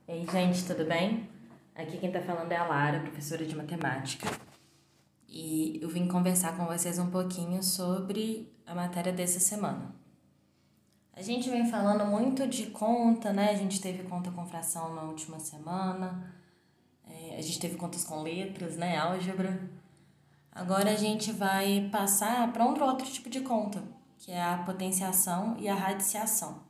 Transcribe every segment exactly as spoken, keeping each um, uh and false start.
E aí, gente, tudo bem? Aqui quem tá falando é a Lara, professora de matemática. E eu vim conversar com vocês um pouquinho sobre a matéria dessa semana. A gente vem falando muito de conta, né? A gente teve conta com fração na última semana. É, a gente teve contas com letras, né? Álgebra. Agora a gente vai passar para um outro tipo de conta, que é a potenciação e a radiciação.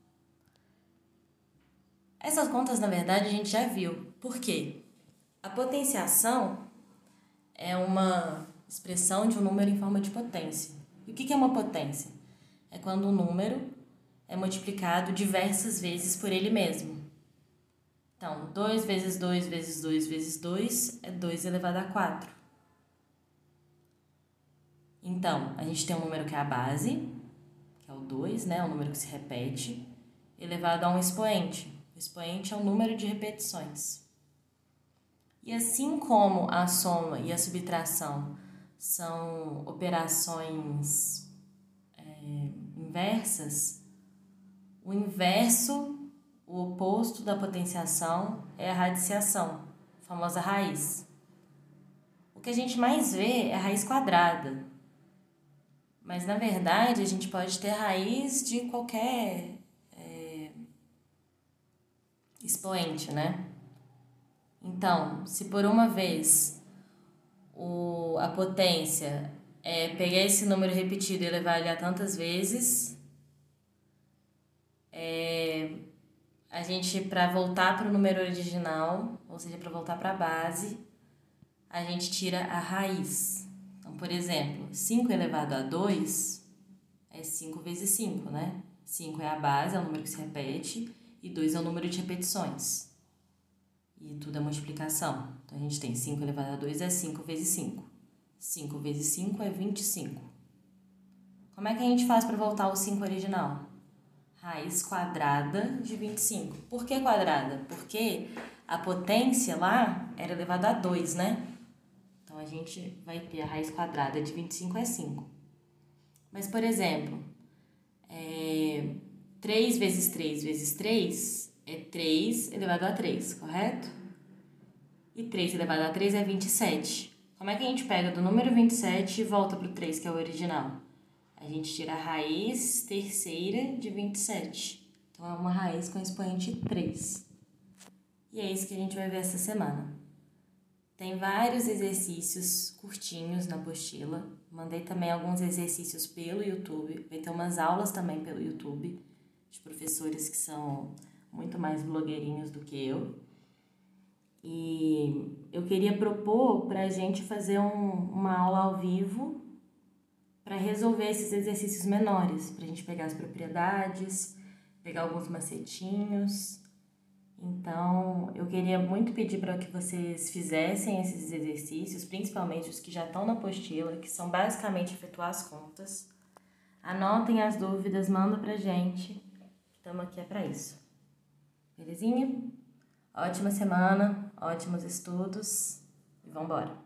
Essas contas, na verdade, a gente já viu. Por quê? A potenciação é uma expressão de um número em forma de potência. E o que é uma potência? É quando um número é multiplicado diversas vezes por ele mesmo. Então, dois vezes dois vezes dois vezes dois é dois elevado a quatro. Então, a gente tem um número que é a base, que é o dois, né? É um número que se repete, elevado a um expoente. O expoente é o número de repetições. E assim como a soma e a subtração são operações é, inversas, o inverso, o oposto da potenciação é a radiciação, a famosa raiz. O que a gente mais vê é a raiz quadrada, mas na verdade a gente pode ter raiz de qualquer é, expoente, né? Então, se por uma vez o, a potência é pegar esse número repetido e elevar ele a tantas vezes, é, a gente, para voltar para o número original, ou seja, para voltar para a base, a gente tira a raiz. Então, por exemplo, cinco elevado a dois é cinco vezes cinco, né? cinco é a base, é o número que se repete, e dois é o número de repetições. E tudo é multiplicação. Então, a gente tem cinco elevado a dois é cinco vezes cinco. cinco vezes cinco é vinte e cinco. Como é que a gente faz para voltar ao cinco original? Raiz quadrada de vinte e cinco. Por que quadrada? Porque a potência lá era elevada a dois, né? Então, a gente vai ter a raiz quadrada de vinte e cinco é cinco. Mas, por exemplo, é, três vezes três vezes três é três elevado a três, correto? E três elevado a três é vinte e sete. Como é que a gente pega do número vinte e sete e volta para o três, que é o original? A gente tira a raiz terceira de vinte e sete. Então, é uma raiz com expoente três. E é isso que a gente vai ver essa semana. Tem vários exercícios curtinhos na apostila. Mandei também alguns exercícios pelo YouTube. Vai ter umas aulas também pelo YouTube de professores que são muito mais blogueirinhos do que eu. E eu queria propor para a gente fazer um, uma aula ao vivo para resolver esses exercícios menores, para a gente pegar as propriedades, pegar alguns macetinhos. Então, eu queria muito pedir para que vocês fizessem esses exercícios, principalmente os que já estão na apostila, que são basicamente efetuar as contas. Anotem as dúvidas, mandam pra gente. Estamos aqui é para isso. Belezinha? Ótima semana, ótimos estudos e vambora!